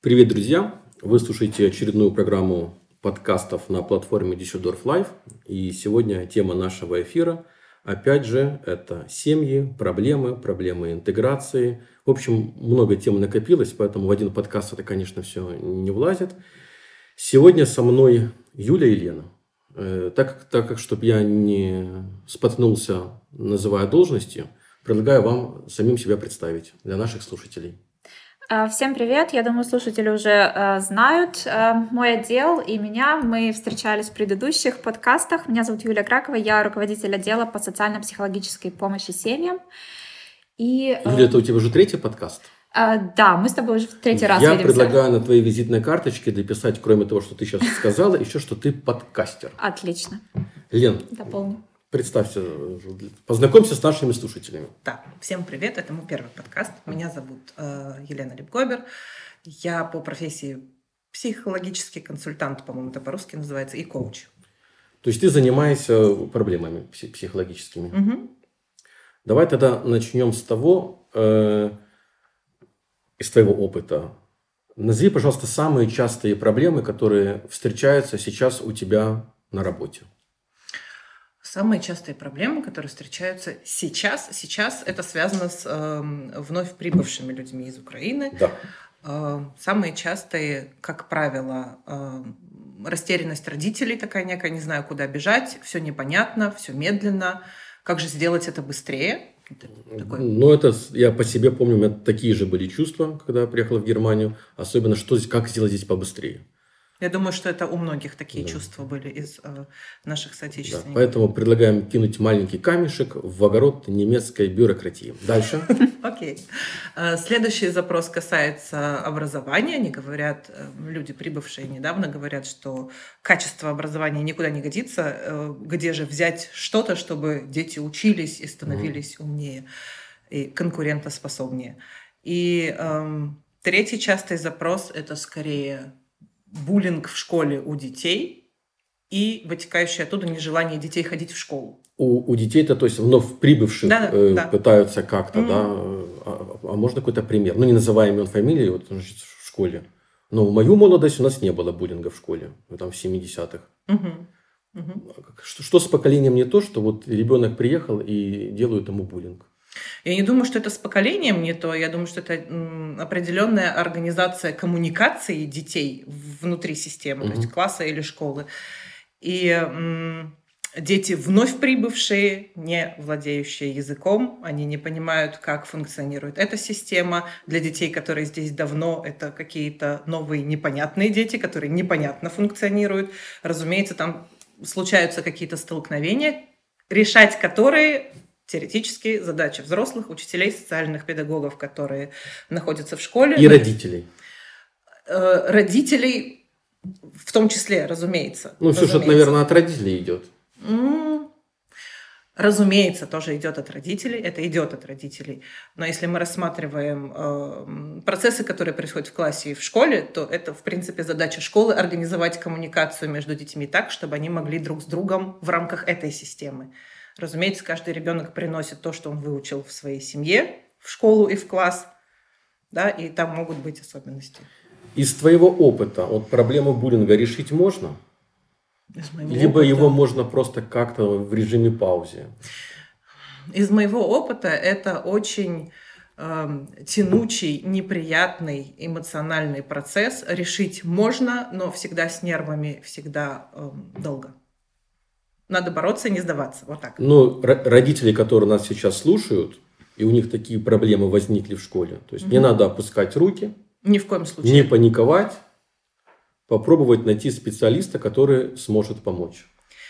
Привет, друзья! Вы слушаете очередную программу подкастов на платформе Düsseldorf Live. И сегодня тема нашего эфира, опять же, это семьи, проблемы интеграции. В общем, много тем накопилось, поэтому в один подкаст это, конечно, все не влазит. Сегодня со мной Юля и Лена. Так как, чтобы я не споткнулся, называя должности, предлагаю вам самим себя представить для наших слушателей. Всем привет! Я думаю, слушатели уже знают мой отдел и меня. Мы встречались в предыдущих подкастах. Меня зовут Юлия Кракова, я руководитель отдела по социально-психологической помощи семьям. Юля, это у тебя уже третий подкаст? Да, мы с тобой уже в третий раз видимся. Я предлагаю на твоей визитной карточке дописать, кроме того, что ты сейчас сказала, еще, что ты подкастер. Отлично. Лен, дополню. Представься, познакомься с нашими слушателями. Да, всем привет, это мой первый подкаст. Меня зовут Елена Липгобер. Я по профессии психологический консультант, по-моему, это по-русски называется, и коуч. То есть ты занимаешься проблемами психологическими. Угу. Давай тогда начнем с того, из твоего опыта. Назови, пожалуйста, самые частые проблемы, которые встречаются сейчас у тебя на работе. Самые частые проблемы, которые встречаются сейчас это связано с вновь прибывшими людьми из Украины. Да. Самые частые, как правило, растерянность родителей такая некая, не знаю, куда бежать, все непонятно, все медленно. Как же сделать это быстрее? Это я по себе помню, у меня такие же были чувства, когда я приехал в Германию. Особенно, как сделать здесь побыстрее. Я думаю, что это у многих такие чувства были из наших соотечественников. Да, поэтому предлагаем кинуть маленький камешек в огород немецкой бюрократии. Дальше. Окей. Следующий запрос касается образования. Они говорят, люди, прибывшие недавно, говорят, что качество образования никуда не годится. Где же взять что-то, чтобы дети учились и становились умнее и конкурентоспособнее? И третий частый запрос – это скорее буллинг в школе у детей и вытекающее оттуда нежелание детей ходить в школу. У детей-то, то есть вновь прибывших, да. пытаются как-то, а можно какой-то пример? Не называя имен, фамилии, значит, в школе. Но в мою молодость у нас не было буллинга в школе, там в 70-х. Что с поколением не то, что вот ребенок приехал и делают ему буллинг? Я не думаю, что это с поколением не то. Я думаю, что это определенная организация коммуникации детей внутри системы, то есть класса или школы. И дети, вновь прибывшие, не владеющие языком, они не понимают, как функционирует эта система. Для детей, которые здесь давно, это какие-то новые непонятные дети, которые непонятно функционируют. Разумеется, там случаются какие-то столкновения, решать которые... Теоретически задача взрослых, учителей, социальных педагогов, которые находятся в школе. И родителей. Родителей в том числе, разумеется. Все же, наверное, от родителей идет. Разумеется, тоже идет от родителей. Это идет от родителей. Но если мы рассматриваем процессы, которые происходят в классе и в школе, то это, в принципе, задача школы организовать коммуникацию между детьми так, чтобы они могли друг с другом в рамках этой системы. Разумеется, каждый ребенок приносит то, что он выучил в своей семье, в школу и в класс, да, и там могут быть особенности. Из твоего опыта проблему буллинга решить можно? Либо его можно просто как-то в режиме паузы? Из моего опыта это очень тянучий, неприятный эмоциональный процесс. Решить можно, но всегда с нервами, всегда долго. Надо бороться и не сдаваться. Вот так. Родители, которые нас сейчас слушают, и у них такие проблемы возникли в школе. То есть не надо опускать руки. Ни в коем случае. Не паниковать. Попробовать найти специалиста, который сможет помочь.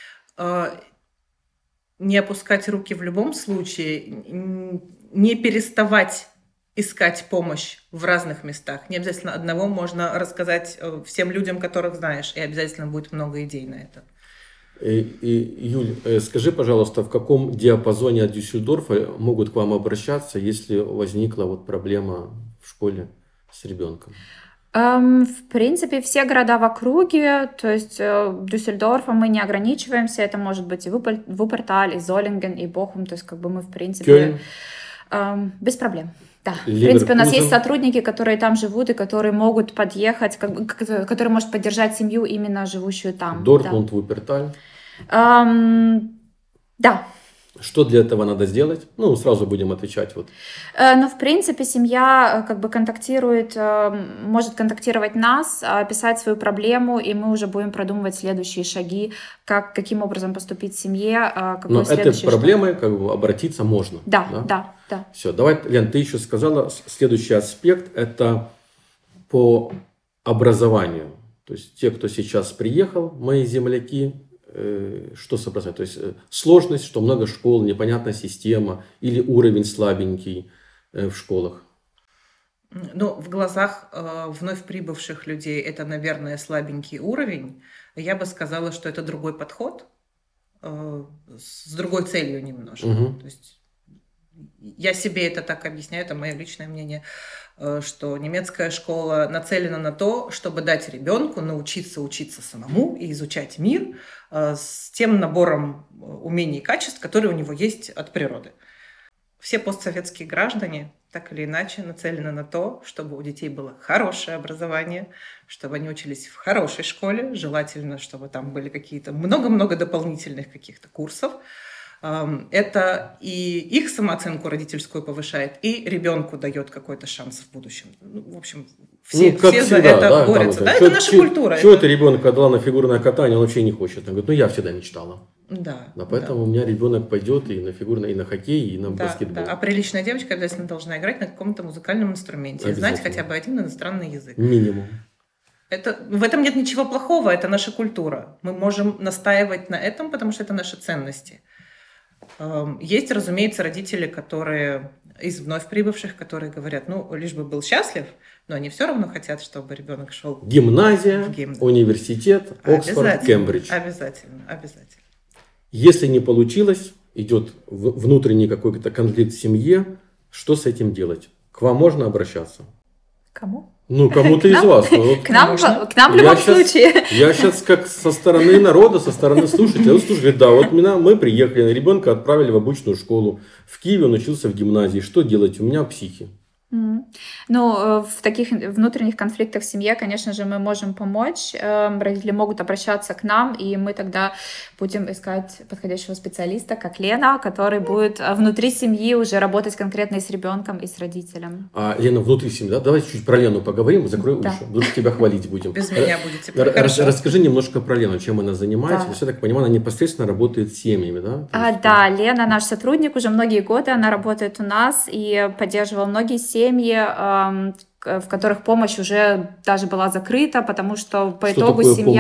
Не опускать руки в любом случае. Не переставать искать помощь в разных местах. Не обязательно одного можно рассказать всем людям, которых знаешь. И обязательно будет много идей на это. Юль, скажи, пожалуйста, в каком диапазоне от Дюссельдорфа могут к вам обращаться, если возникла проблема в школе с ребенком? В принципе, все города в округе, то есть Дюссельдорфа мы не ограничиваемся, это может быть и Вупперталь, и Золинген, и Бохум, то есть мы в принципе Кёльн? Без проблем. Да, в принципе, у нас есть сотрудники, которые там живут и которые могут подъехать, которые может поддержать семью, именно живущую там. Дортмунд, да. Вуперталь. Да. Что для этого надо сделать? Ну, сразу будем отвечать. Вот. Ну, в принципе, семья как бы контактирует, может контактировать нас, писать свою проблему, и мы уже будем продумывать следующие шаги, каким образом поступить в семье, какой Но следующий этой проблемой как бы обратиться можно. Да. Все, давай, Лен, ты еще сказала, следующий аспект – это по образованию. То есть те, кто сейчас приехал, мои земляки, что с образованием? То есть сложность, что много школ, непонятная система или уровень слабенький в школах? Ну, в глазах вновь прибывших людей это, наверное, слабенький уровень. Я бы сказала, что это другой подход с другой целью немножко. Угу. То есть я себе это так объясняю, это мое личное мнение, что немецкая школа нацелена на то, чтобы дать ребенку научиться учиться самому и изучать мир с тем набором умений и качеств, которые у него есть от природы. Все постсоветские граждане так или иначе нацелены на то, чтобы у детей было хорошее образование, чтобы они учились в хорошей школе, желательно, чтобы там были какие-то много-много дополнительных каких-то курсов. Это и их самооценку родительскую повышает, и ребенку дает какой-то шанс в будущем. Ну, в общем, все всегда, за это борются. Да, это наша культура. Чего это ребенок отдала на фигурное катание, он вообще не хочет. Он говорит, я всегда мечтала. Да. Поэтому у меня ребенок пойдет и на фигурное, и на хоккей, и на баскетбол. Да. А приличная девочка обязательно должна играть на каком-то музыкальном инструменте, знать хотя бы один иностранный язык. Минимум. В этом нет ничего плохого, это наша культура. Мы можем настаивать на этом, потому что это наши ценности. Есть, разумеется, родители, которые из вновь прибывших, которые говорят, лишь бы был счастлив, но они все равно хотят, чтобы ребенок шел гимназия, университет, Оксфорд, Кембридж. Обязательно. Если не получилось, идет внутренний какой-то конфликт в семье, что с этим делать? К вам можно обращаться? Кому? Кому-то из вас. К нам в любом случае. Я сейчас как со стороны народа, со стороны слушателя. Слушай, да, вот мы приехали, ребенка отправили в обычную школу. В Киеве он учился в гимназии. Что делать? У меня психи. В таких внутренних конфликтах в семье, конечно же, мы можем помочь. Родители могут обращаться к нам, и мы тогда будем искать подходящего специалиста, как Лена, который будет внутри семьи уже работать конкретно и с ребенком, и с родителем. Лена, внутри семьи, да? Давайте чуть про Лену поговорим, закрой уши. Лучше тебя хвалить будем. Без меня будете. Хорошо. Расскажи немножко про Лену, чем она занимается. Я так понимаю, она непосредственно работает с семьями, да? Да, Лена наш сотрудник, уже многие годы она работает у нас и поддерживала многие семьи, в которых помощь уже даже была закрыта, потому что по итогу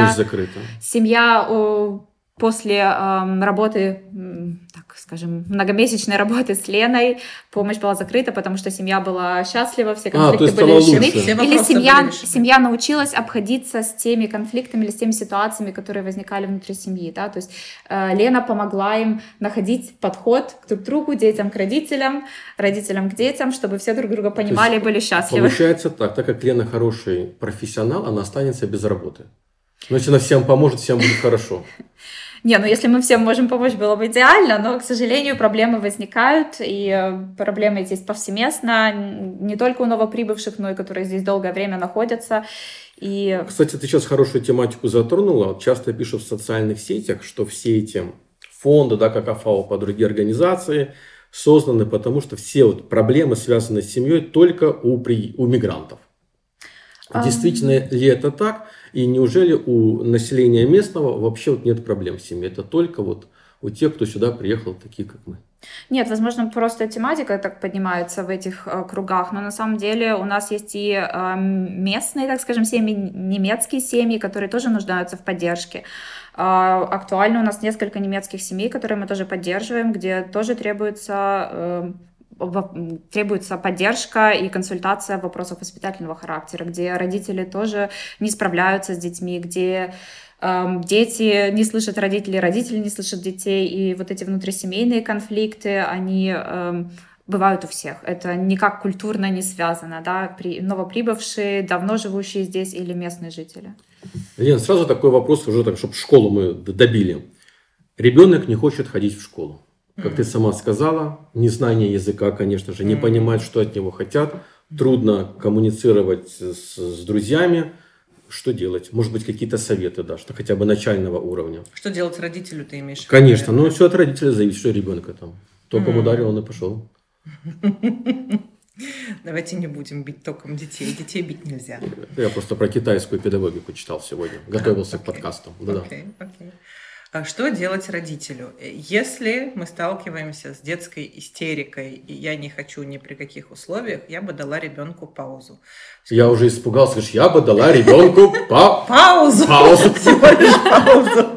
семья после работы, так скажем, многомесячной работы с Леной, помощь была закрыта, потому что семья была счастлива, все конфликты были решены. Или семья научилась обходиться с теми конфликтами или с теми ситуациями, которые возникали внутри семьи. Да? То есть Лена помогла им находить подход друг к другу, детям к родителям, родителям к детям, чтобы все друг друга понимали и были счастливы. Получается так как Лена хороший профессионал, она останется без работы. Но если она всем поможет, всем будет хорошо. Если мы всем можем помочь, было бы идеально, но, к сожалению, проблемы возникают, и проблемы здесь повсеместно, не только у новоприбывших, но и которые здесь долгое время находятся. Кстати, ты сейчас хорошую тематику затронула. Часто пишут в социальных сетях, что все эти фонды, как АФАО, по другие организации, созданы потому, что все проблемы, связанные с семьей, только у мигрантов. Действительно ли это так? И неужели у населения местного вообще нет проблем в семье? Это только у тех, кто сюда приехал, такие как мы. Нет, возможно, просто тематика так поднимается в этих кругах, но на самом деле у нас есть и местные, так скажем, семьи, немецкие семьи, которые тоже нуждаются в поддержке. Актуально у нас несколько немецких семей, которые мы тоже поддерживаем, где тоже требуется поддержка и консультация в вопросах воспитательного характера, где родители тоже не справляются с детьми, где дети не слышат родителей, родители не слышат детей, и вот эти внутрисемейные конфликты, они бывают у всех. Это никак культурно не связано, да, новоприбывшие, давно живущие здесь или местные жители. Лен, сразу такой вопрос, уже так, чтобы школу мы добили. Ребенок не хочет ходить в школу. Как ты сама сказала, незнание языка, конечно же, не понимать, что от него хотят, трудно коммуницировать с друзьями. Что делать? Может быть, какие-то советы дашь, хотя бы начального уровня. Что делать родителю, ты имеешь в виду? Конечно, но все от родителя зависит, что ребенка там. Током ударил, он и пошел. Давайте не будем бить током детей. Детей бить нельзя. Я просто про китайскую педагогику читал сегодня. Готовился к подкастам. Окей. А что делать родителю? Если мы сталкиваемся с детской истерикой, и я не хочу ни при каких условиях, я бы дала ребенку паузу. Я уже испугался, говоришь, я бы дала ребенку паузу. Всего лишь паузу.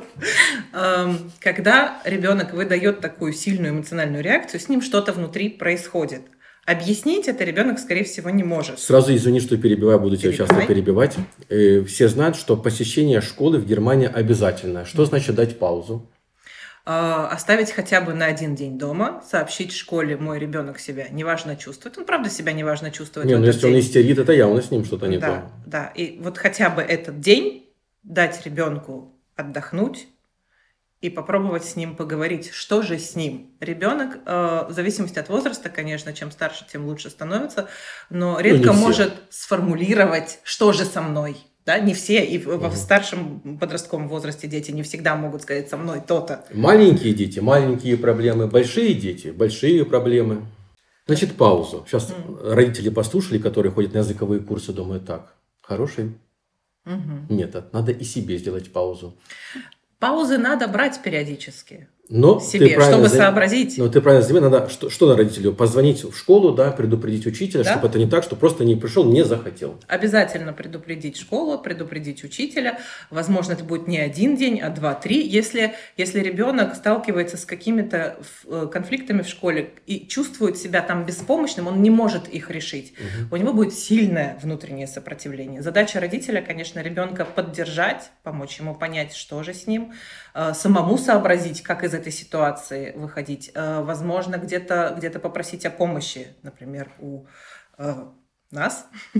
Когда ребенок выдает такую сильную эмоциональную реакцию, с ним что-то внутри происходит. Объяснить это ребенок, скорее всего, не может. Сразу извини, что перебиваю, буду тебя часто перебивать. Все знают, что посещение школы в Германии обязательно. Что значит дать паузу? Оставить хотя бы на один день дома, сообщить школе, мой ребенок себя неважно чувствует. Он правда себя неважно чувствует. Не, ну если он истерит, это явно с ним что-то не то. Да, и вот хотя бы этот день дать ребенку отдохнуть, и попробовать с ним поговорить, что же с ним. Ребенок, в зависимости от возраста, конечно, чем старше, тем лучше становится, но редко может сформулировать, что же со мной. Да? Не все, и в старшем подростковом возрасте дети не всегда могут сказать со мной то-то. Маленькие дети, маленькие проблемы, большие дети, большие проблемы. Значит, паузу. Сейчас родители послушали, которые ходят на языковые курсы, думают, так, хороший метод, надо и себе сделать паузу. Паузы надо брать периодически. Но себе, чтобы сообразить. Но ты правильно заметил, надо что на родителю? Позвонить в школу, да, предупредить учителя, да? Чтобы это не так, что просто не пришел, не захотел. Обязательно предупредить школу, предупредить учителя. Возможно, это будет не один день, а 2-3. Если ребенок сталкивается с какими-то конфликтами в школе и чувствует себя там беспомощным, он не может их решить. У него будет сильное внутреннее сопротивление. Задача родителя, конечно, ребенка поддержать, помочь ему понять, что же с ним, самому сообразить, как из этой ситуации выходить. Возможно, где-то попросить о помощи, например, у нас.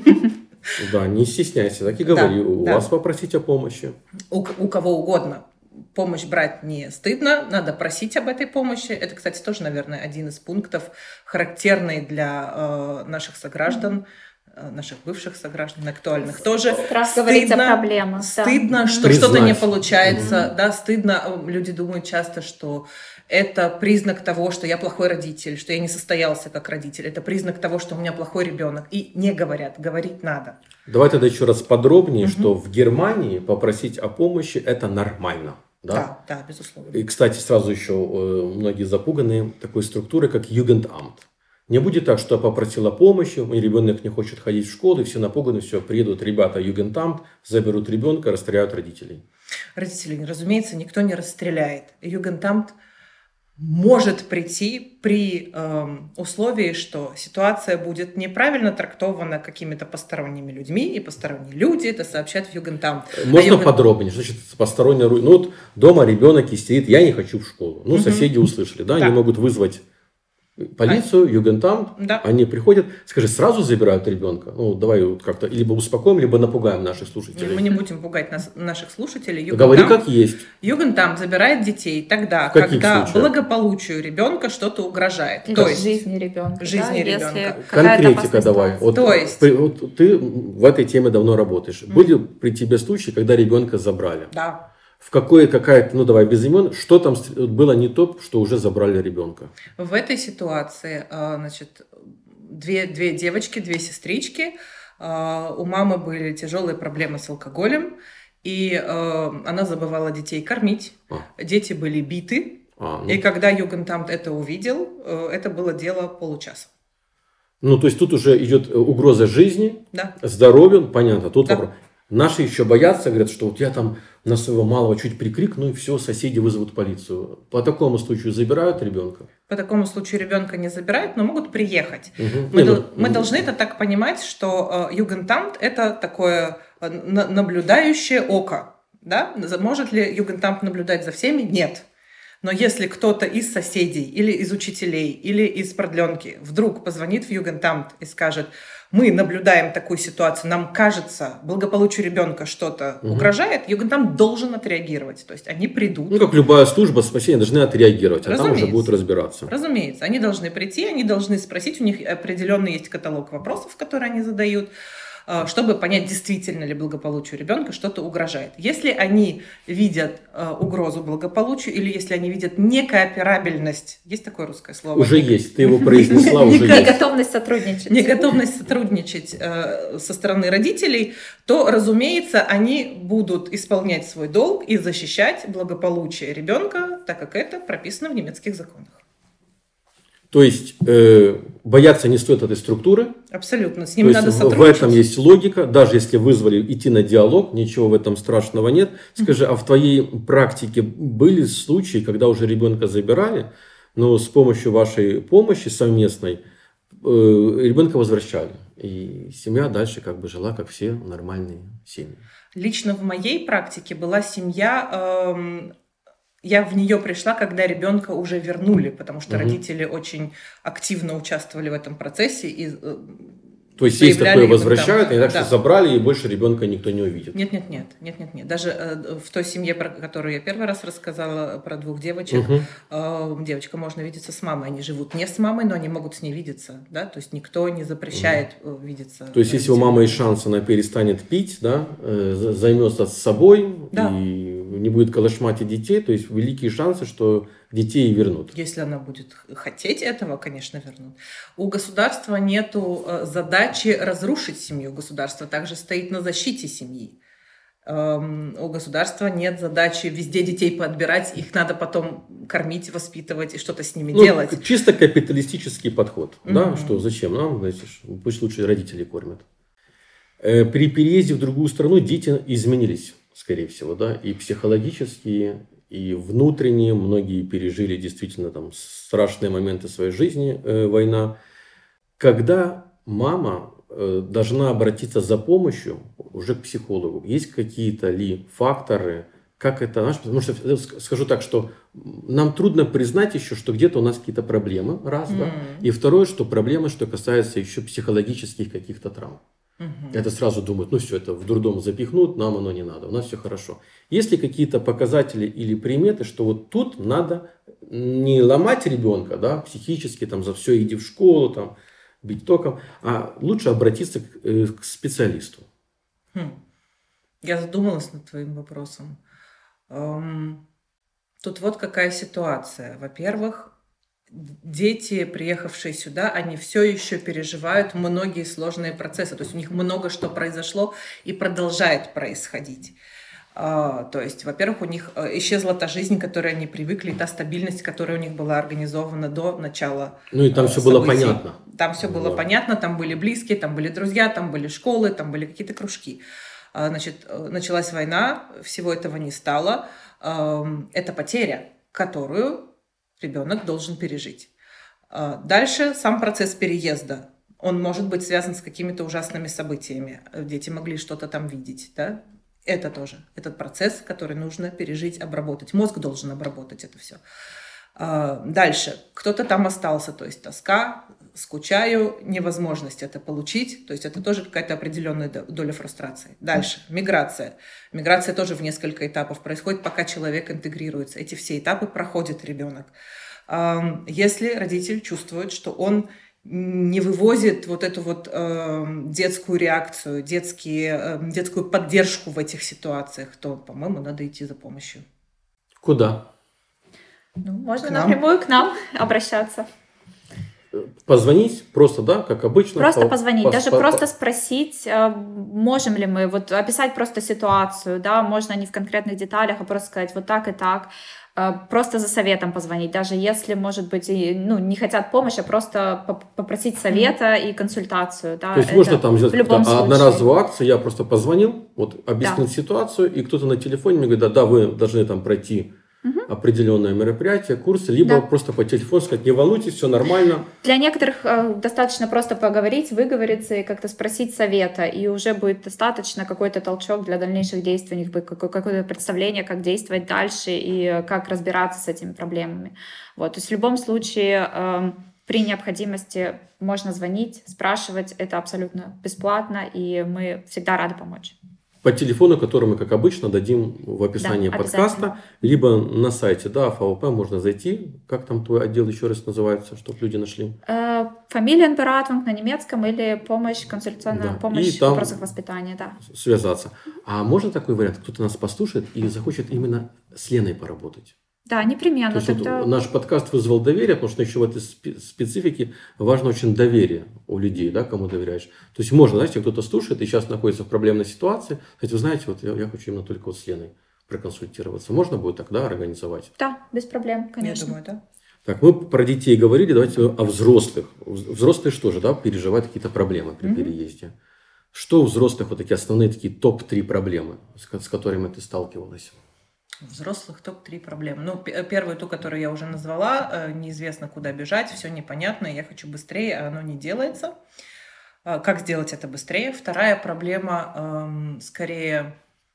Да, не стесняйся, так и говори. У вас попросить о помощи. У кого угодно. Помощь брать не стыдно, надо просить об этой помощи. Это, кстати, тоже, наверное, один из пунктов, характерный для наших сограждан, наших бывших сограждан, актуальных тоже. Страх говорить о проблемах. Стыдно, что что-то не получается. Да, стыдно. Люди думают часто, что это признак того, что я плохой родитель, что я не состоялся как родитель. Это признак того, что у меня плохой ребенок. И не говорят. Говорить надо. Давай тогда еще раз подробнее, что в Германии попросить о помощи – это нормально. Да, безусловно. И, кстати, сразу еще многие запуганы такой структурой, как Югендамт. Не будет так, что я попросила помощи, мой ребенок не хочет ходить в школу, и все напуганы, все, приедут ребята Югендамт, заберут ребенка, расстреляют родителей. Родителей, разумеется, никто не расстреляет. Югендамт может прийти при условии, что ситуация будет неправильно трактована какими-то посторонними людьми, и посторонние люди это сообщат в Югендамт. Можно подробнее? Значит, посторонняя... Ну вот дома ребенок истерит, я не хочу в школу. Ну, соседи услышали, да, они могут вызвать полицию, Югендамт, они приходят, скажи, сразу забирают ребенка? Ну, давай вот как-то либо успокоим, либо напугаем наших слушателей. Мы не будем пугать наших слушателей. Говори как есть. Югендамт забирает детей тогда, когда благополучию ребенка что-то угрожает. То есть жизни ребенка. Ребенка. Конкретика давай. Вот, то есть... Вот ты в этой теме давно работаешь. Были при тебе случаи, когда ребенка забрали? Да. В какая-то, ну давай без имен, что там было не то, что уже забрали ребенка? В этой ситуации, значит, две девочки, две сестрички, у мамы были тяжелые проблемы с алкоголем, и она забывала детей кормить, дети были биты, и когда Югендамт это увидел, это было дело получаса. Ну, то есть тут уже идет угроза жизни, здоровью, понятно, тут вопрос. Наши еще боятся, говорят, что вот я там на своего малого чуть прикрикну, и все, соседи вызовут полицию. По такому случаю забирают ребенка? По такому случаю ребенка не забирают, но могут приехать. Мы должны это так понимать, что Югендамт это такое наблюдающее око. Да? Может ли Югендамт наблюдать за всеми? Нет. Но если кто-то из соседей или из учителей или из продленки вдруг позвонит в Югентамт и скажет: мы наблюдаем такую ситуацию, нам кажется, благополучию ребенка что-то угрожает, Югентамт должен отреагировать. То есть они придут. Ну, как любая служба спасения, должны отреагировать, а там уже будут разбираться. Разумеется. Они должны прийти, они должны спросить, у них определенный есть каталог вопросов, которые они задают, чтобы понять, действительно ли благополучию ребенка что-то угрожает. Если они видят угрозу благополучию или если они видят некооперабельность, есть такое русское слово? Уже есть, ты его произнесла, уже есть. Неготовность сотрудничать. Неготовность сотрудничать со стороны родителей, то, разумеется, они будут исполнять свой долг и защищать благополучие ребенка, так как это прописано в немецких законах. То есть бояться не стоит этой структуры. Абсолютно, с ними надо сотрудничать. В этом есть логика. Даже если вызвали идти на диалог, ничего в этом страшного нет. Скажи, а в твоей практике были случаи, когда уже ребенка забирали, но с помощью вашей помощи совместной ребенка возвращали? И семья дальше как бы жила, как все нормальные семьи. Лично в моей практике была семья... Я в нее пришла, когда ребенка уже вернули, потому что родители очень активно участвовали в этом процессе. И то есть есть такое возвращают, и так что забрали, и больше ребенка никто не увидит. Нет. Даже в той семье, про которую я первый раз рассказала, про 2 девочек, девочка можно видеться с мамой. Они живут не с мамой, но они могут с ней видеться. Да? То есть никто не запрещает видеться. То есть если у мамы есть шанс, она перестанет пить, да, займется с собой, и не будет колошматить детей, то есть великие шансы, что детей вернут. Если она будет хотеть этого, конечно, вернут. У государства нету задачи разрушить семью. Государство также стоит на защите семьи. У государства нет задачи везде детей подбирать, их надо потом кормить, воспитывать и что-то с ними делать. Чисто капиталистический подход. Да? Что зачем нам? Пусть лучше родители кормят. При переезде в другую страну дети изменились, скорее всего, да, и психологические, и внутренние. Многие пережили действительно там страшные моменты своей жизни, война. Когда мама должна обратиться за помощью уже к психологу, есть какие-то ли факторы, как это, потому что скажу так, что нам трудно признать еще, что где-то у нас какие-то проблемы, раз, да, и второе, что проблемы, что касается еще психологических каких-то травм. Это сразу думают, ну все, это в дурдом запихнут, нам оно не надо, у нас все хорошо. Есть ли какие-то показатели или приметы, что вот тут надо не ломать ребенка, да, психически, там, за все иди в школу, там, бить током, а лучше обратиться к специалисту? Я задумалась над твоим вопросом. Тут вот какая ситуация. Во-первых, дети, приехавшие сюда, они все еще переживают многие сложные процессы. То есть у них много что произошло и продолжает происходить. То есть, во-первых, у них исчезла та жизнь, к которой они привыкли, та стабильность, которая у них была организована до начала Ну и там все было понятно. Там все было понятно, там были близкие, там были друзья, там были школы, там были какие-то кружки. Значит, началась война, всего этого не стало. Это потеря, которую ребенок должен пережить. Дальше сам процесс переезда. Он может быть связан с какими-то ужасными событиями. Дети могли что-то там видеть, да? Это тоже. Этот процесс, который нужно пережить, обработать. Мозг должен обработать это все. Дальше. Кто-то там остался, то есть тоска, скучаю, невозможность это получить. То есть это тоже какая-то определенная доля фрустрации. Дальше. Миграция. Миграция тоже в несколько этапов происходит, пока человек интегрируется. Эти все этапы проходит ребенок. Если родитель чувствует, что он не вывозит вот эту вот детскую реакцию, детскую поддержку в этих ситуациях, то, по-моему, надо идти за помощью. Куда? Ну, можно напрямую к нам обращаться. Позвонить просто, да, как обычно. Просто позвонить, даже просто спросить, можем ли мы, вот описать просто ситуацию, да, можно не в конкретных деталях, а просто сказать вот так и так. Просто за советом позвонить, даже если, может быть, не хотят помощи, а просто попросить совета и консультацию. Да, то есть можно там сделать одноразовую акцию, я просто позвонил, вот объяснил Да. ситуацию, и кто-то на телефоне мне говорит, да, вы должны там пройти определенное мероприятие, курсы, либо просто по телефону сказать: не волнуйтесь, все нормально. Для некоторых достаточно просто поговорить, выговориться и как-то спросить совета, и уже будет достаточно какой-то толчок для дальнейших действий, у них будет какое-то представление, как действовать дальше и как разбираться с этими проблемами. Вот. То есть в любом случае при необходимости можно звонить, спрашивать, это абсолютно бесплатно, и мы всегда рады помочь. По телефону, который мы, как обычно, дадим в описании подкаста, либо на сайте, ФВП можно зайти. Как там твой отдел еще раз называется, чтобы люди нашли? Familienberatung на немецком или консультационная помощь в вопросах воспитания. Связаться. А можно такой вариант? Кто-то нас послушает и захочет именно с Леной поработать? Да, непременно. То есть наш подкаст вызвал доверие, потому что еще в этой специфике важно очень доверие у людей, кому доверяешь. То есть можно, знаете, кто-то слушает и сейчас находится в проблемной ситуации, сказать: вы знаете, я хочу именно только с Леной проконсультироваться. Можно будет тогда организовать? Да, без проблем, конечно. Я думаю, да. Так, мы про детей говорили, давайте о взрослых. Взрослые что же, переживают какие-то проблемы при переезде. Что у взрослых вот такие основные топ-3 проблемы, с которыми ты сталкивалась? Взрослых топ-3 проблемы. Первую, ту, которую я уже назвала, неизвестно, куда бежать, все непонятно, я хочу быстрее, а оно не делается. Как сделать это быстрее? Вторая проблема, скорее,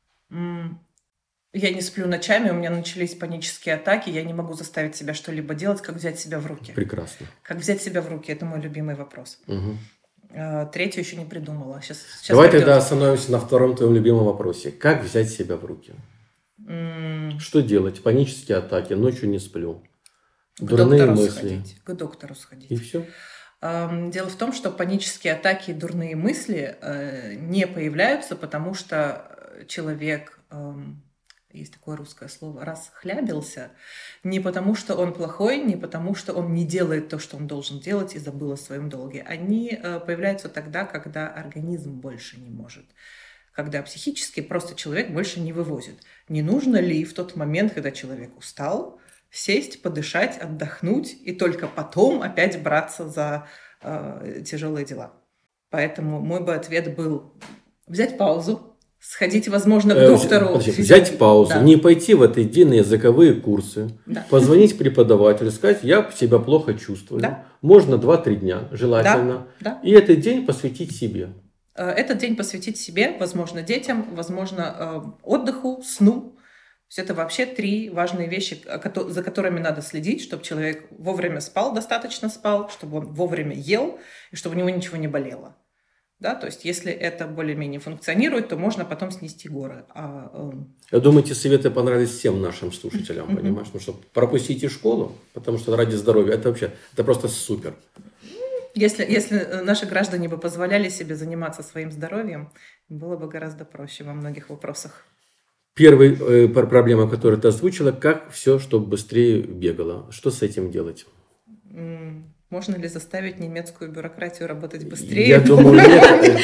я не сплю ночами, у меня начались панические атаки, я не могу заставить себя что-либо делать. Как взять себя в руки? Прекрасно. Как взять себя в руки? Это мой любимый вопрос. Третью еще не придумала. Сейчас давай тогда остановимся на втором твоем любимом вопросе. Как взять себя в руки? Что делать? Панические атаки, ночью не сплю. Дурные мысли. К доктору сходить. И все? Дело в том, что панические атаки и дурные мысли не появляются, потому что человек, есть такое русское слово, расхлябился, не потому что он плохой, не потому что он не делает то, что он должен делать, и забыл о своем долге. Они появляются тогда, когда организм больше не может. Когда психически просто человек больше не вывозит. Не нужно ли в тот момент, когда человек устал, сесть, подышать, отдохнуть и только потом опять браться за тяжелые дела? Поэтому мой бы ответ был взять паузу, сходить, возможно, к доктору. Взять паузу, не пойти в этот день на языковые курсы, позвонить преподавателю, сказать: я себя плохо чувствую. Можно 2-3 дня, желательно. И этот день посвятить себе. Этот день посвятить себе, возможно, детям, возможно, отдыху, сну. То есть это вообще 3 важные вещи, за которыми надо следить, чтобы человек вовремя спал, достаточно спал, чтобы он вовремя ел и чтобы у него ничего не болело. То есть если это более-менее функционирует, то можно потом снести горы. Я думаю, эти советы понравились всем нашим слушателям, понимаешь? Ну что, пропустите школу, потому что ради здоровья, это просто супер. Если наши граждане бы позволяли себе заниматься своим здоровьем, было бы гораздо проще во многих вопросах. Первая проблема, которую ты озвучила: как все, чтобы быстрее бегало. Что с этим делать? Можно ли заставить немецкую бюрократию работать быстрее? Я думаю, нет.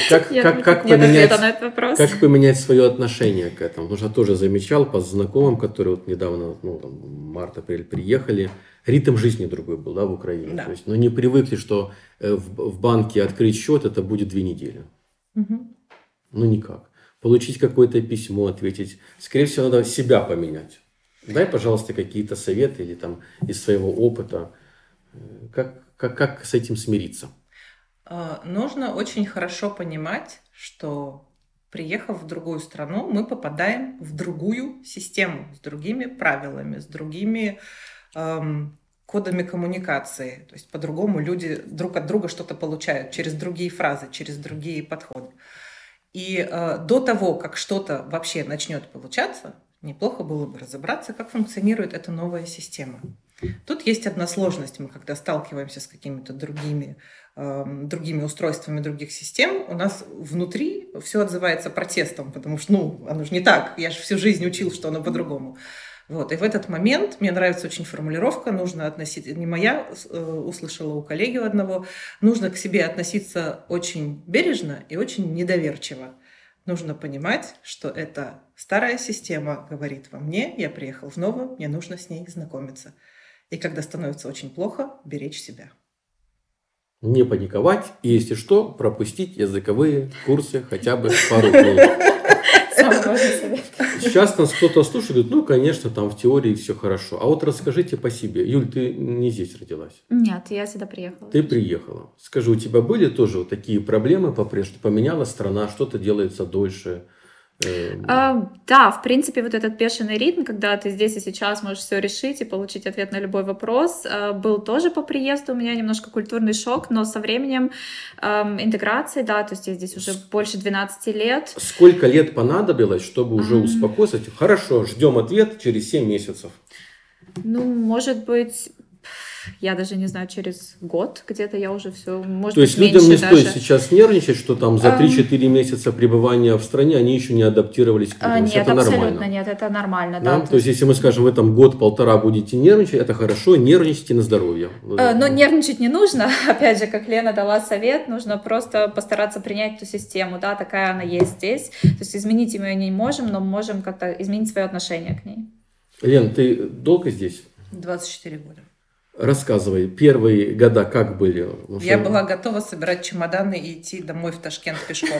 Как поменять свое отношение к этому? Потому что я тоже замечал по знакомым, которые недавно, март-апрель приехали, ритм жизни другой был, в Украине. Да. То есть, не привыкли, что в банке открыть счет это будет 2 недели. Никак. Получить какое-то письмо, ответить. Скорее всего, надо себя поменять. Дай, пожалуйста, какие-то советы или из своего опыта. Как с этим смириться? Нужно очень хорошо понимать, что, приехав в другую страну, мы попадаем в другую систему с другими правилами, с другими кодами коммуникации. То есть по-другому люди друг от друга что-то получают через другие фразы, через другие подходы. И до того, как что-то вообще начнет получаться, неплохо было бы разобраться, как функционирует эта новая система. Тут есть одна сложность. Мы, когда сталкиваемся с какими-то другими устройствами других систем, у нас внутри все отзывается протестом, потому что, оно же не так. Я же всю жизнь учил, что оно по-другому. И в этот момент мне нравится очень формулировка, нужно относиться, не моя, услышала у коллеги одного, нужно к себе относиться очень бережно и очень недоверчиво. Нужно понимать, что эта старая система говорит во мне, я приехал в новую, мне нужно с ней знакомиться. И когда становится очень плохо, беречь себя. Не паниковать и, если что, пропустить языковые курсы хотя бы пару дней. Самый важный совет. сейчас нас кто-то слушает, говорит, ну, конечно, там в теории все хорошо. А вот расскажите по себе. Юль, ты не здесь родилась? Нет, я сюда приехала. Ты приехала. Скажи, у тебя были тоже вот такие проблемы, что поменялась страна, что-то делается дольше? Да, в принципе, вот этот бешеный ритм, когда ты здесь и сейчас можешь все решить и получить ответ на любой вопрос, был тоже по приезду. У меня немножко культурный шок, но со временем интеграции, да, то есть я здесь уже больше 12 лет. Сколько лет понадобилось, чтобы уже успокоиться? Хорошо, ждем ответ через 7 месяцев. Ну, может быть... Я даже не знаю, через год где-то я уже все, может То есть быть, людям не меньше стоит даже. сейчас нервничать, что там за 3-4 месяца пребывания в стране они еще не адаптировались к этому. Нет, это абсолютно нормально. нет, это нормально, Да? да. То есть если мы скажем, в этом год-полтора будете нервничать, это хорошо, нервничайте на здоровье. Но нервничать не нужно, опять же, как Лена дала совет, нужно просто постараться принять эту систему, да, такая она есть здесь. То есть изменить мы ее не можем, но можем как-то изменить свое отношение к ней. Лен, ты долго здесь? 24 года. Рассказывай, первые года как были? Я была готова собирать чемоданы и идти домой в Ташкент пешком.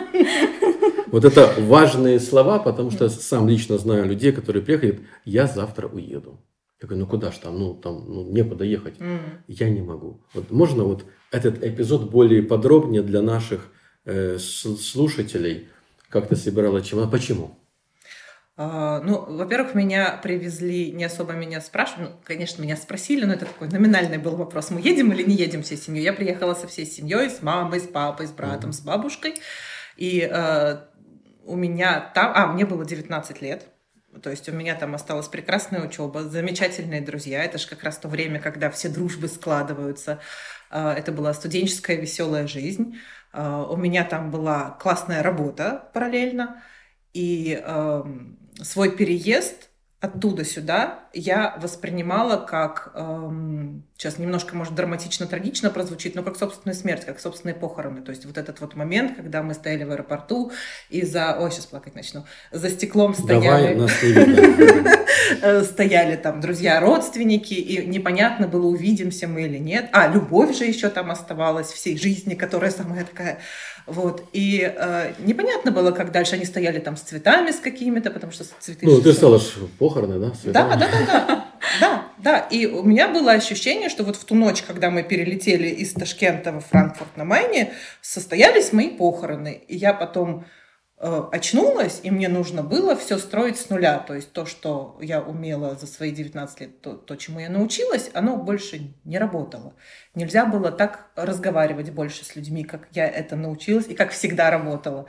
Вот это важные слова, потому что сам лично знаю людей, которые приехали, я завтра уеду. Я говорю, ну куда ж там, некуда ехать. Я не могу. Вот можно вот этот эпизод более подробнее для наших слушателей, как ты собирала чемодан, почему? Ну, во-первых, меня привезли, не особо меня спрашивали. Ну, конечно, меня спросили, но это такой номинальный был вопрос. Мы едем или не едем всей семьей? Я приехала со всей семьей, с мамой, с папой, с братом, с бабушкой. И у меня там... мне было 19 лет. То есть у меня там осталась прекрасная учеба, замечательные друзья. Это же как раз то время, когда все дружбы складываются. Это была студенческая веселая жизнь. У меня там была классная работа параллельно. И свой переезд оттуда сюда я воспринимала как, сейчас немножко, может, драматично-трагично прозвучит, но как собственную смерть, как собственные похороны. То есть вот этот вот момент, когда мы стояли в аэропорту и сейчас плакать начну, за стеклом стояли... Давай, нас не видно. Стояли там друзья, родственники, и непонятно было, увидимся мы или нет. Любовь же еще там оставалась всей жизни, которая самая такая... Вот. И непонятно было, как дальше они стояли там с цветами, с какими-то, потому что цветы... Ну, ты сказала, что похороны, да? Да. И у меня было ощущение, что вот в ту ночь, когда мы перелетели из Ташкента во Франкфурт на Майне, состоялись мои похороны. И я потом очнулась, и мне нужно было все строить с нуля. То есть то, что я умела за свои 19 лет, то, чему я научилась, оно больше не работало. Нельзя было так разговаривать больше с людьми, как я это научилась и как всегда работала.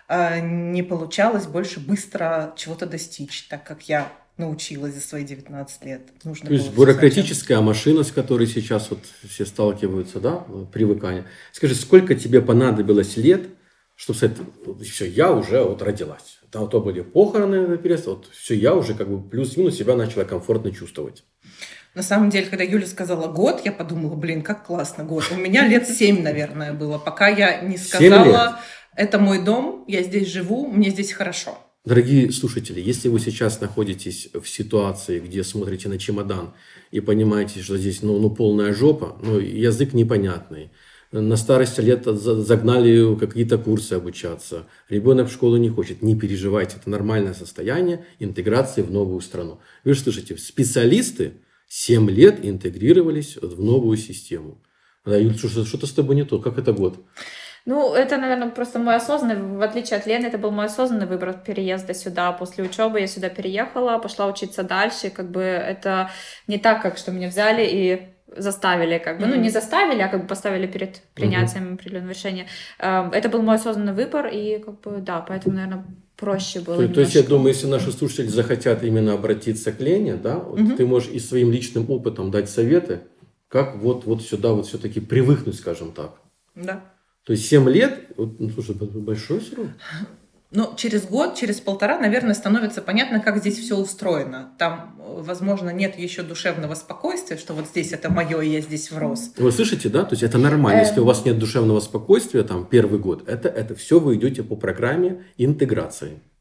Не получалось больше быстро чего-то достичь, так как я научилась за свои 19 лет. То есть бюрократическая машина, с которой сейчас вот все сталкиваются, да, привыкание. Скажи, сколько тебе понадобилось лет, чтобы сказать, все, я уже вот родилась. Там то были похороны на переезд, вот все, я уже как бы плюс-минус себя начала комфортно чувствовать. На самом деле, когда Юля сказала год, я подумала, как классно год. У меня лет 7, наверное, было, пока я не сказала, это мой дом, я здесь живу, мне здесь хорошо. Дорогие слушатели, если вы сейчас находитесь в ситуации, где смотрите на чемодан и понимаете, что здесь полная жопа, язык непонятный, на старости лет загнали какие-то курсы обучаться, ребенок в школу не хочет, не переживайте, это нормальное состояние интеграции в новую страну. Вы же слышите, специалисты 7 лет интегрировались в новую систему. Юль, что-то с тобой не то, как это год? Это, наверное, просто мой осознанный, в отличие от Лены, это был мой осознанный выбор переезда сюда. После учебы я сюда переехала, пошла учиться дальше. Это не так, как что меня взяли и заставили, не заставили, а поставили перед принятием определенного решения. Это был мой осознанный выбор, и поэтому, наверное, проще было. То есть, я думаю, если наши слушатели захотят именно обратиться к Лене, да, ты можешь и своим личным опытом дать советы, как вот сюда вот все-таки привыкнуть, скажем так. Да. То есть 7 лет, слушай, большой срок. Через год, через полтора, наверное, становится понятно, как здесь все устроено. Там, возможно, нет еще душевного спокойствия, что вот здесь это мое, и я здесь врос. Вы слышите, да? То есть это нормально, если у вас нет душевного спокойствия, там, первый год, это все вы идете по программе интеграции.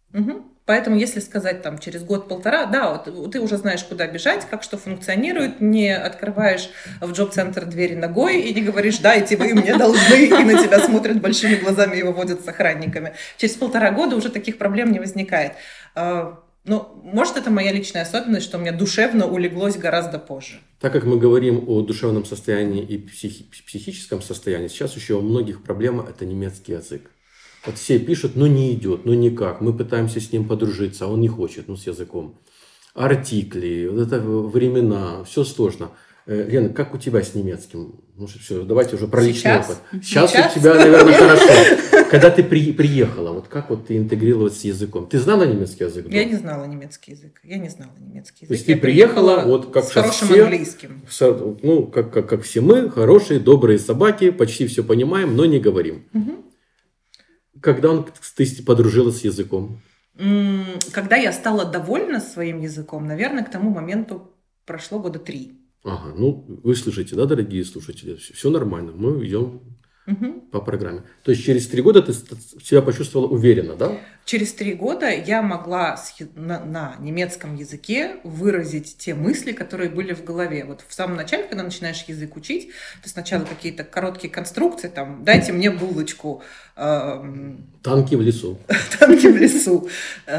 Поэтому, если сказать там через год-полтора, да, вот, ты уже знаешь, куда бежать, как что функционирует, не открываешь в джоб-центр двери ногой и не говоришь: дайте, вы мне должны, и на тебя смотрят большими глазами и выводят с охранниками. Через 1,5 года уже таких проблем не возникает. Может, это моя личная особенность, что у меня душевно улеглось гораздо позже. Так как мы говорим о душевном состоянии и психическом состоянии, сейчас еще у многих проблема – это немецкий язык. Вот все пишут: не идет, никак. Мы пытаемся с ним подружиться, а он не хочет, с языком. Артикли, вот это времена, все сложно. Лена, как у тебя с немецким? Все, давайте уже про личный опыт. Сейчас у тебя, наверное, хорошо. Когда ты приехала, вот как ты интегрировалась с языком? Ты знала немецкий язык? Я не знала немецкий язык. То есть ты приехала как с хорошим английским. Как все мы, хорошие, добрые собаки, почти все понимаем, но не говорим. Когда ты подружилась с языком? Когда я стала довольна своим языком, наверное, к тому моменту прошло 3 года. Ага, вы слышите, да, дорогие слушатели? Все нормально, мы идем по программе. То есть через 3 года ты себя почувствовала уверенно, да? Через 3 года я могла на немецком языке выразить те мысли, которые были в голове. Вот в самом начале, когда начинаешь язык учить, ты сначала какие-то короткие конструкции, там: дайте мне булочку. Танки в лесу. Танки в лесу.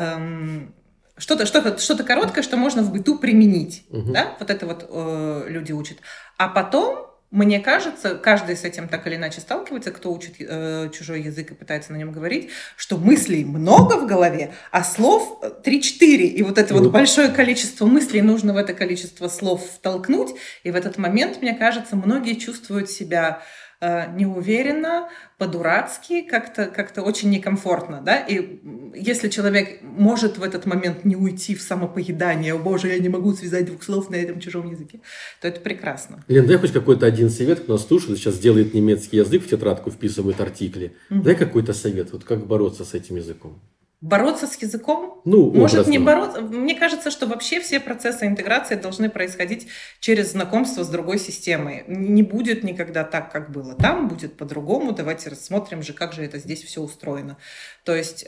Что-то короткое, что можно в быту применить. Да? Вот это люди учат. А потом, мне кажется, каждый с этим так или иначе сталкивается, кто учит чужой язык и пытается на нем говорить, что мыслей много в голове, а слов 3-4. И вот это большое количество мыслей нужно в это количество слов втолкнуть. И в этот момент, мне кажется, многие чувствуют себя неуверенно, по-дурацки, как-то очень некомфортно, да, и если человек может в этот момент не уйти в самопоедание: о боже, я не могу связать 2 слов на этом чужом языке, то это прекрасно. Лен, дай хоть какой-то один совет, кто нас слушает, сейчас делает немецкий язык, в тетрадку вписывает артикли, дай какой-то совет, как бороться с этим языком. Бороться с языком? Может, не бороться. Мне кажется, что вообще все процессы интеграции должны происходить через знакомство с другой системой. Не будет никогда так, как было там, будет по-другому. Давайте рассмотрим же, как же это здесь все устроено. То есть,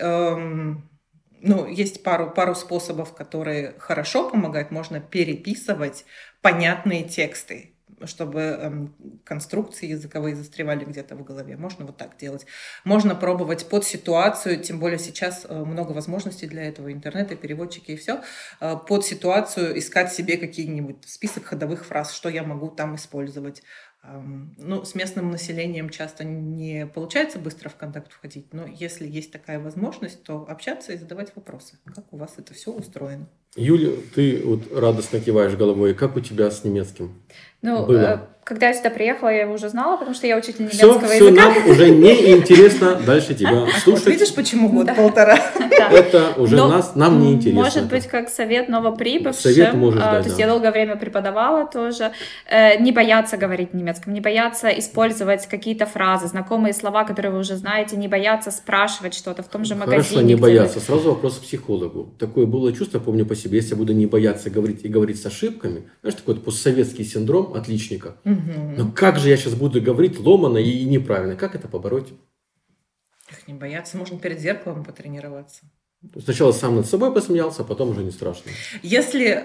есть пару способов, которые хорошо помогают. Можно переписывать понятные тексты, чтобы конструкции языковые застревали где-то в голове. Можно вот так делать. Можно пробовать под ситуацию, тем более сейчас много возможностей для этого, интернет и переводчики и все. Под ситуацию искать себе какие-нибудь список ходовых фраз, что я могу там использовать. С местным населением часто не получается быстро в контакт входить, но если есть такая возможность, то общаться и задавать вопросы. Как у вас это все устроено? Юля, ты радостно киваешь головой. Как у тебя с немецким? Было? Когда я сюда приехала, я его уже знала, потому что я учитель немецкого языка. Все, нам уже не интересно дальше тебя слушать. Видишь, почему год-полтора? Это уже нам не интересно. Может быть, как совет новоприбывшим. Совет можешь дать, то есть я долгое время преподавала тоже. Не бояться говорить на немецком, не бояться использовать какие-то фразы, знакомые слова, которые вы уже знаете, не бояться спрашивать что-то в том же магазине. Хорошо, не бояться. Сразу вопрос к психологу. Такое было чувство, помню по себе, если я буду не бояться говорить и говорить с ошибками, знаешь, такой постсоветский синдром отличника. Но как же я сейчас буду говорить ломано и неправильно? Как это побороть? Их не бояться, можно перед зеркалом потренироваться. Сначала сам над собой посмеялся, а потом уже не страшно. Если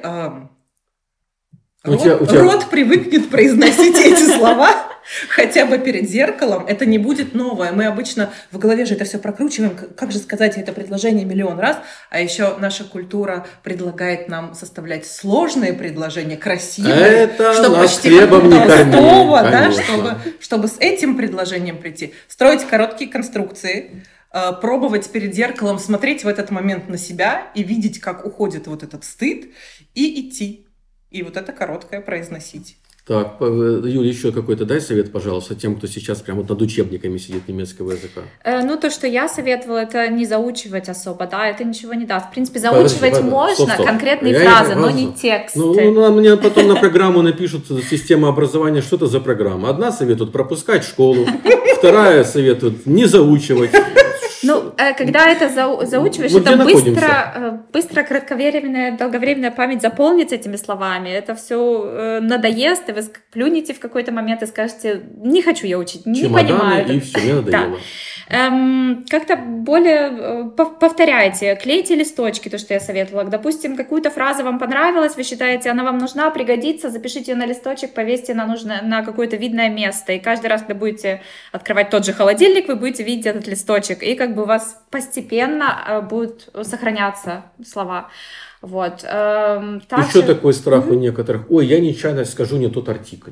рот привыкнет произносить эти слова хотя бы перед зеркалом, это не будет новое. Мы обычно в голове же это все прокручиваем, как же сказать это предложение миллион раз, а еще наша культура предлагает нам составлять сложные предложения, красивые, это чтобы почти хлебом не Толстого, да, чтобы с этим предложением прийти. Строить короткие конструкции, пробовать перед зеркалом, смотреть в этот момент на себя и видеть, как уходит вот этот стыд, и идти. И вот это короткое произносить. Так, Юля, еще какой-то дай совет, пожалуйста, тем, кто сейчас прямо над учебниками сидит немецкого языка. То, что я советовала, это не заучивать особо, да, это ничего не даст. В принципе, заучивать можно, стоп. Конкретные фразы, но не тексты. Мне потом на программу напишут система образования, что это за программа. Одна советует пропускать школу, вторая советует не заучивать. когда это заучиваешь, Вот это быстро кратковременная, долговременная память заполнится этими словами. Это все надоест, и вы плюнете в какой-то момент и скажете: не хочу я учить, не понимаю. И все, мне надоело. Как-то более повторяйте, клейте листочки, то, что я советовала. Допустим, какую-то фразу вам понравилась, вы считаете, она вам нужна, пригодится, запишите ее на листочек, повесьте на какое-то видное место. И каждый раз, когда будете открывать тот же холодильник, вы будете видеть этот листочек. И как бы у вас постепенно будут сохраняться слова. Вот. Еще такой страх у некоторых: ой, я нечаянно скажу не тот артикль.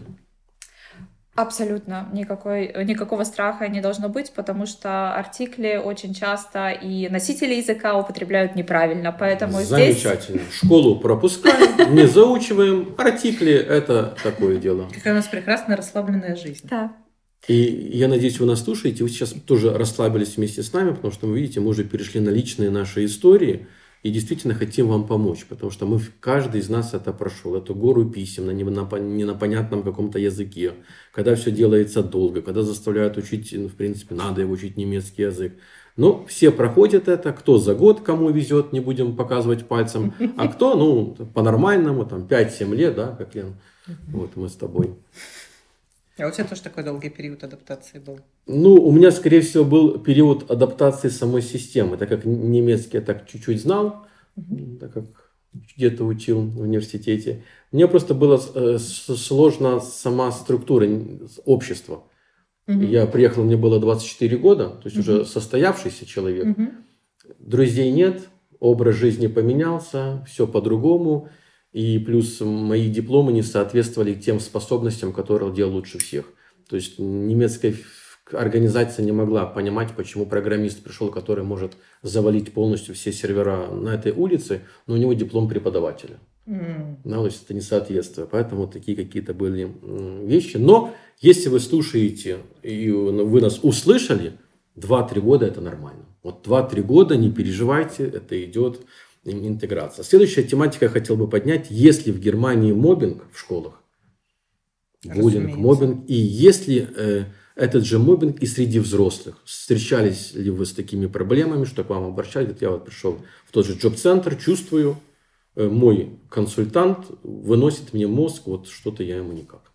Абсолютно никакого страха не должно быть, потому что артикли очень часто и носители языка употребляют неправильно, поэтому Замечательно. Школу пропускаем, не заучиваем, артикли — это такое дело. Какая у нас прекрасная расслабленная жизнь. Да. И я надеюсь, вы нас слушаете, вы сейчас тоже расслабились вместе с нами, потому что, вы видите, мы уже перешли на личные наши истории и действительно хотим вам помочь, потому что каждый из нас это прошел, эту гору писем на непонятном каком-то языке, когда все делается долго, когда заставляют учить, в принципе, надо его учить немецкий язык. Но все проходят это, кто за год, кому везет, не будем показывать пальцем, а кто, по-нормальному, 5-7 лет, да, как Лен, вот мы с тобой. А у тебя тоже такой долгий период адаптации был? У меня, скорее всего, был период адаптации самой системы, так как немецкий я так чуть-чуть знал, так как где-то учил в университете. Мне просто было сложно сама структура общества. Я приехал, мне было 24 года, то есть уже состоявшийся человек. Друзей нет, образ жизни поменялся, все по-другому. И плюс мои дипломы не соответствовали тем способностям, которые я делал лучше всех. То есть немецкая организация не могла понимать, почему программист пришел, который может завалить полностью все сервера на этой улице, но у него диплом преподавателя. То есть это не соответствие. Поэтому вот такие какие-то были вещи. Но если вы слушаете и вы нас услышали, 2-3 года это нормально. Вот 2-3 года, не переживайте, это идет интеграция. Следующая тематика я хотел бы поднять: если в Германии мобинг в школах, буллинг, мобинг, и если этот же мобинг и среди взрослых, встречались ли вы с такими проблемами, что к вам обращались? Я вот пришел в тот же джоб-центр, чувствую, мой консультант выносит мне мозг, вот что-то я ему никак.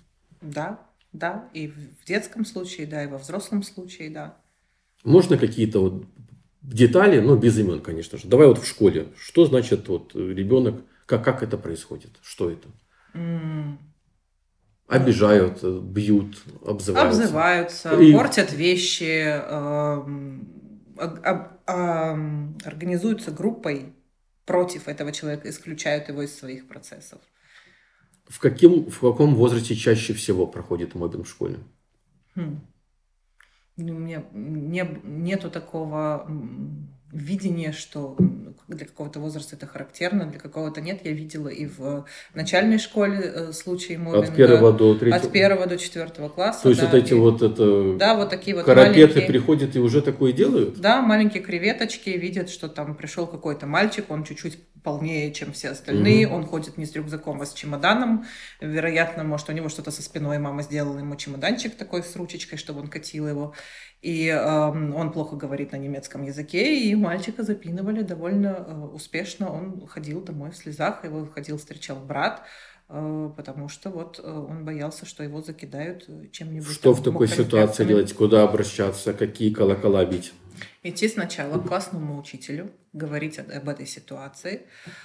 Да, и в детском случае, да, и во взрослом случае, да. Можно какие-то вот детали, без имен, конечно же. Давай вот в школе. Что значит вот ребенок, как это происходит? Что это? Обижают, бьют, обзываются. Портят вещи, организуются группой против этого человека, исключают его из своих процессов. В каком возрасте чаще всего проходит мобинг в школе? У меня нету такого видения, что для какого-то возраста это характерно, для какого-то нет. Я видела и в начальной школе случаи мобинга. От 1 до 3. От 1 до 4 класса. То есть вот эти вот такие вот карапеты приходят и уже такое делают? Да, маленькие креветочки видят, что там пришел какой-то мальчик, он чуть-чуть полнее, чем все остальные, он ходит не с рюкзаком, а с чемоданом. Вероятно, может, у него что-то со спиной, мама сделала ему чемоданчик такой с ручечкой, чтобы он катил его. И он плохо говорит на немецком языке, и мальчика запинывали довольно успешно. Он ходил домой в слезах, его встречал брат, потому что вот он боялся, что его закидают чем-нибудь. Что в такой ситуации делать? Куда обращаться? Какие колокола бить? Идти сначала к классному учителю, говорить об этой ситуации.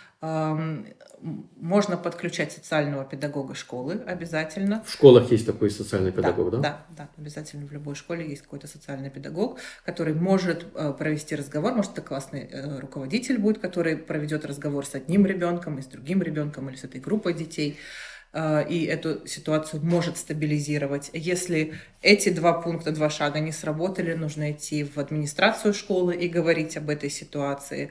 Можно подключать социального педагога школы обязательно. В школах есть такой социальный педагог, да? Да, обязательно в любой школе есть какой-то социальный педагог, который может провести разговор. Может, это классный руководитель будет, который проведет разговор с одним ребенком и с другим ребенком или с этой группой детей. И эту ситуацию может стабилизировать. Если эти 2 шага не сработали, нужно идти в администрацию школы и говорить об этой ситуации.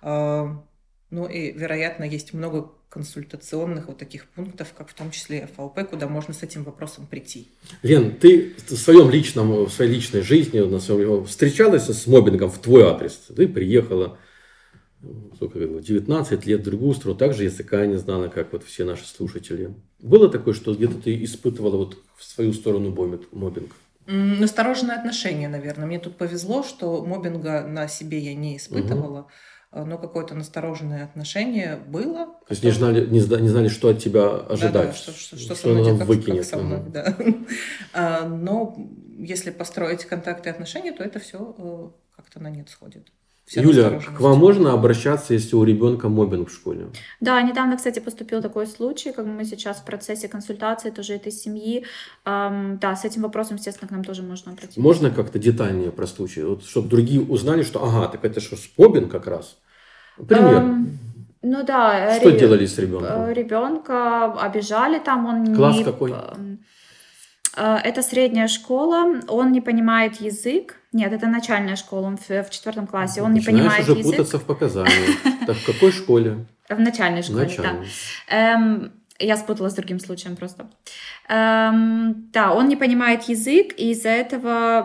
И, вероятно, есть много консультационных вот таких пунктов, как в том числе ФЛП, куда можно с этим вопросом прийти. Лен, ты в своей личной жизни встречалась с мобингом в твой адрес? Ты приехала, 19 лет в другую страну, также языка не знала, как вот все наши слушатели. Было такое, что где-то ты испытывала вот в свою сторону мобинг? Настороженное отношение, наверное. Мне тут повезло, что мобинга на себе я не испытывала, но какое-то настороженное отношение было. То есть не знали, что от тебя ожидать. Да, что со мной, как со мной, да. Но если построить контакты и отношения, то это все как-то на нет сходит. Юля, к вам можно обращаться, если у ребенка мобинг в школе? Да, недавно, кстати, поступил такой случай, как мы сейчас в процессе консультации тоже этой семьи. Да, с этим вопросом, естественно, к нам тоже можно обратиться. Можно как-то детальнее про случай, вот, чтобы другие узнали, что ага, так это что, мобинг как раз? Пример. Ну да. Что делали с ребенком? Ребенка обижали там, он Класс какой? Это средняя школа, он не понимает язык. Нет, это начальная школа, он в 4 классе, он не понимает язык. Начинаешь уже путаться в показаниях. Так в какой школе? В начальной школе, да. Я спутала с другим случаем просто. Да, он не понимает язык, и из-за этого...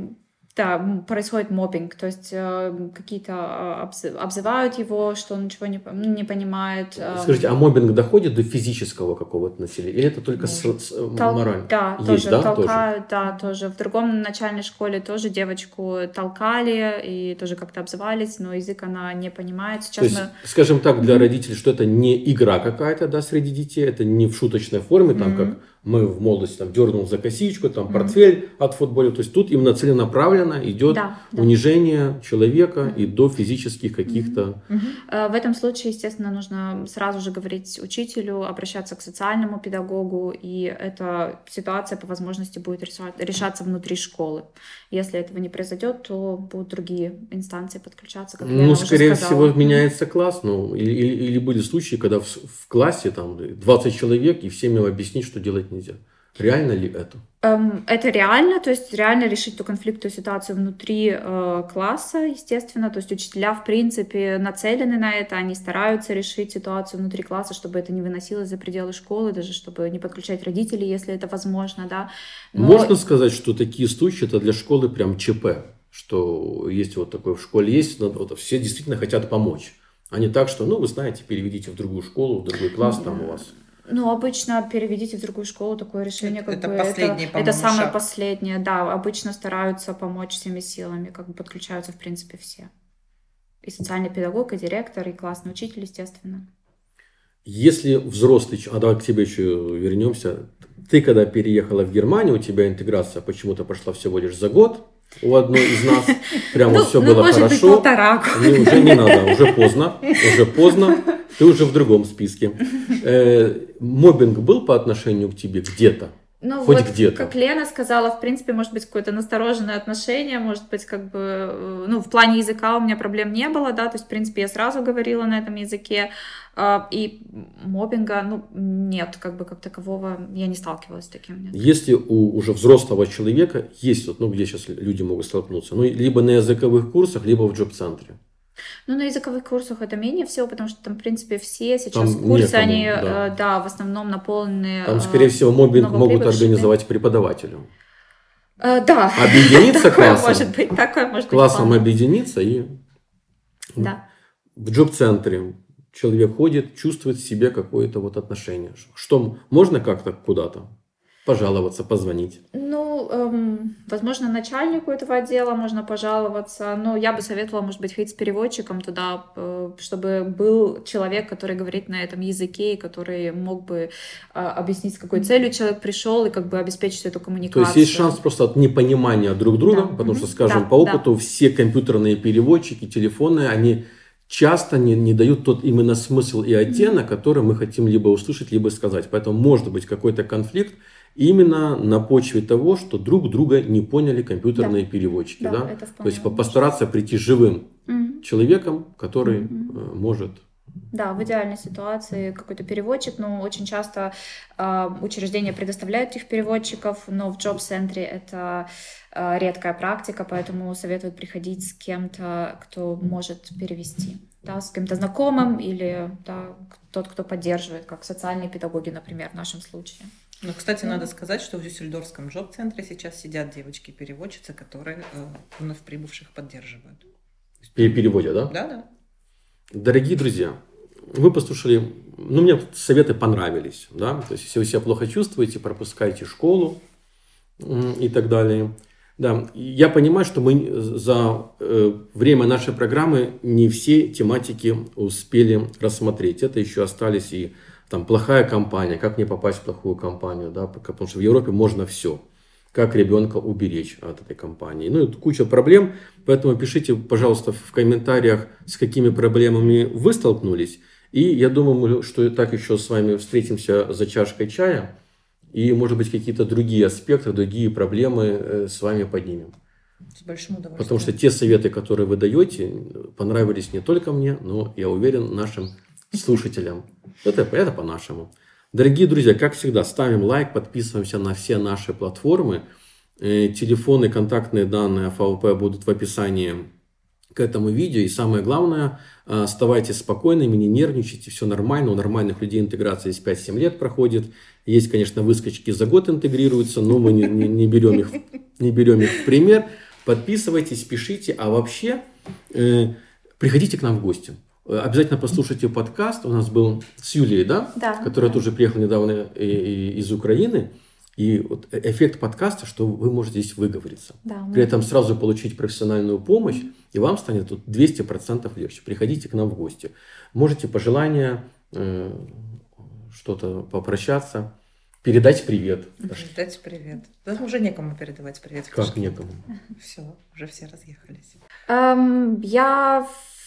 Да, происходит моббинг, то есть какие-то обзывают его, что он ничего не понимает. Скажите, а моббинг доходит до физического какого-то насилия? Или это только морально? Да, есть, тоже толкают, да, тоже. В другом начальной школе тоже девочку толкали и тоже как-то обзывались, но язык она не понимает. Сейчас скажем так, для родителей, что это не игра какая-то, да, среди детей, это не в шуточной форме, там как мы в молодости там дернул за косичку, там портфель от футбола. То есть тут именно целенаправленно идет унижение человека и до физических каких-то... В этом случае, естественно, нужно сразу же говорить учителю, обращаться к социальному педагогу, и эта ситуация по возможности будет решаться внутри школы. Если этого не произойдет, то будут другие инстанции подключаться, как Лена уже скорее сказала. всего, меняется класс. Или были случаи, когда в классе там 20 человек, и всем им объяснить, что делать нельзя. Реально ли это? Это реально, то есть реально решить ту конфликтную ситуацию внутри класса, естественно. То есть учителя, в принципе, нацелены на это, они стараются решить ситуацию внутри класса, чтобы это не выносилось за пределы школы, даже чтобы не подключать родителей, если это возможно, да. Можно сказать, что такие случаи это для школы прям ЧП, что есть вот такое в школе есть, вот, все действительно хотят помочь, а не так, что, вы знаете, переведите в другую школу, в другой класс, там у вас. Обычно переведите в другую школу, такое решение, это самое последнее, да, обычно стараются помочь всеми силами, подключаются, в принципе, все. И социальный педагог, и директор, и классный учитель, естественно. Если взрослый, давай к тебе еще вернемся, ты когда переехала в Германию, у тебя интеграция почему-то пошла всего лишь за год, у одной из нас, прямо все было может хорошо. Быть, 1,5 года. Уже не надо, уже поздно, ты уже в другом списке. Моббинг был по отношению к тебе где-то? Хоть где-то. Как Лена сказала, в принципе, может быть, какое-то настороженное отношение, может быть, в плане языка у меня проблем не было, да, то есть, в принципе, я сразу говорила на этом языке, и моббинга, нет, как такового я не сталкивалась с таким. Нет. Если у уже взрослого человека есть, где сейчас люди могут столкнуться, либо на языковых курсах, либо в джоб-центре. На языковых курсах это менее всего, потому что там, в принципе, все сейчас там курсы, они, в основном наполнены... Там, скорее всего, моббинг могут организовать преподавателю. Да. Объединиться классом. Может быть, такое может быть. Классом объединиться и... Да. В джоб-центре человек ходит, чувствует в себе какое-то отношение. Что можно как-то куда-то пожаловаться, позвонить? Возможно, начальнику этого отдела можно пожаловаться, но я бы советовала, может быть, ходить с переводчиком туда, чтобы был человек, который говорит на этом языке, и который мог бы объяснить, с какой целью человек пришел, и обеспечить эту коммуникацию. То есть есть шанс просто от непонимания друг друга, потому что, скажем, по опыту все компьютерные переводчики, телефонные, они часто не дают тот именно смысл и оттенок, который мы хотим либо услышать, либо сказать. Поэтому может быть какой-то конфликт именно на почве того, что друг друга не поняли компьютерные переводчики. Да? То есть постараться прийти живым человеком, который может... Да, в идеальной ситуации какой-то переводчик, очень часто учреждения предоставляют этих переводчиков, но в джоб-центре это редкая практика, поэтому советуют приходить с кем-то, кто может перевести, с кем-то знакомым или тот, кто поддерживает, как социальные педагоги, например, в нашем случае. Кстати, надо сказать, что в Дюссельдорфском джоб-центре сейчас сидят девочки-переводчицы, которые вновь прибывших поддерживают. Переводят, да? Да. Дорогие друзья, вы послушали, мне советы понравились, да, то есть если вы себя плохо чувствуете, пропускайте школу, и так далее. Да, я понимаю, что мы за время нашей программы не все тематики успели рассмотреть. Это еще остались и там плохая компания, как не попасть в плохую компанию, да, потому что в Европе можно все. Как ребенка уберечь от этой компании. Ну, и куча проблем, поэтому пишите, пожалуйста, в комментариях, с какими проблемами вы столкнулись. И я думаю, что так еще с вами встретимся за чашкой чая. И, может быть, какие-то другие аспекты, другие проблемы с вами поднимем. С большим удовольствием. Потому что те советы, которые вы даете, понравились не только мне, но, я уверен, нашим слушателям. Это по-нашему. Дорогие друзья, как всегда, ставим лайк, подписываемся на все наши платформы. Телефоны, контактные данные ФАУП будут в описании к этому видео. И самое главное, оставайтесь спокойными, не нервничайте, все нормально. У нормальных людей интеграция здесь 5-7 лет проходит. Есть, конечно, выскочки за год интегрируются, но мы не берем их в пример. Подписывайтесь, пишите, а вообще приходите к нам в гости. Обязательно послушайте подкаст. У нас был с Юлией, да? Да. Которая тоже приехала недавно из Украины. И вот эффект подкаста, что вы можете здесь выговориться. Да, При этом сразу получить профессиональную помощь, и вам станет тут 200% легче. Приходите к нам в гости. Можете пожелания, что-то попрощаться, передать привет. Передать привет. Да, уже некому передавать привет. Как некому? Все, уже все разъехались. Я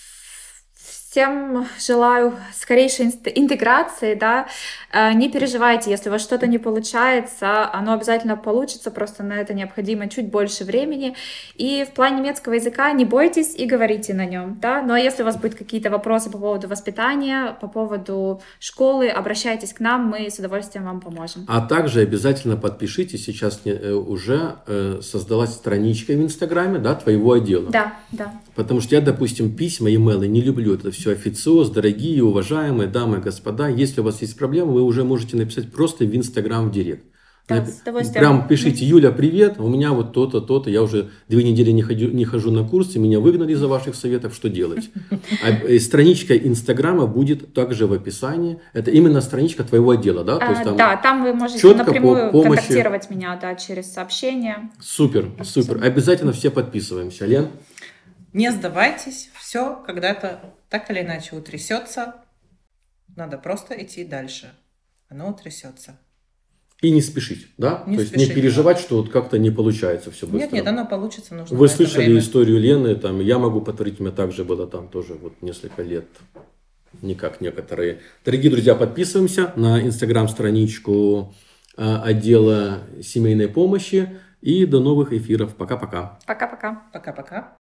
всем желаю скорейшей интеграции, да. Не переживайте, если у вас что-то не получается, оно обязательно получится, просто на это необходимо чуть больше времени. И в плане немецкого языка не бойтесь и говорите на нем, да. Но если у вас будут какие-то вопросы по поводу воспитания, по поводу школы, обращайтесь к нам, мы с удовольствием вам поможем. А также обязательно подпишитесь, сейчас уже создалась страничка в Инстаграме, да, твоего отдела. Да. Потому что я, допустим, письма, имейлы не люблю, это все официоз, дорогие, уважаемые дамы и господа. Если у вас есть проблемы, вы уже можете написать просто в Инстаграм в директ. Да, с удовольствием. Прям пишите: Юля, привет, у меня вот то-то, то-то, я уже 2 недели не хожу на курсы, меня выгнали из-за ваших советов, что делать? Страничка Инстаграма будет также в описании. Это именно страничка твоего отдела, да? То есть там да, там вы можете напрямую контактировать меня, да, через сообщение. Супер. Обязательно все подписываемся. Лен? Не сдавайтесь, все когда-то так или иначе утрясется. Надо просто идти дальше. Оно утрясется. И не спешить, да? То есть не переживать, что вот как-то не получается все быстро. Нет, оно получится. Нужно Вы слышали историю Лены, там, я могу повторить, у меня также было там тоже вот несколько лет, не как некоторые. Дорогие друзья, подписываемся на Инстаграм-страничку отдела семейной помощи. И до новых эфиров. Пока-пока. Пока-пока. Пока-пока.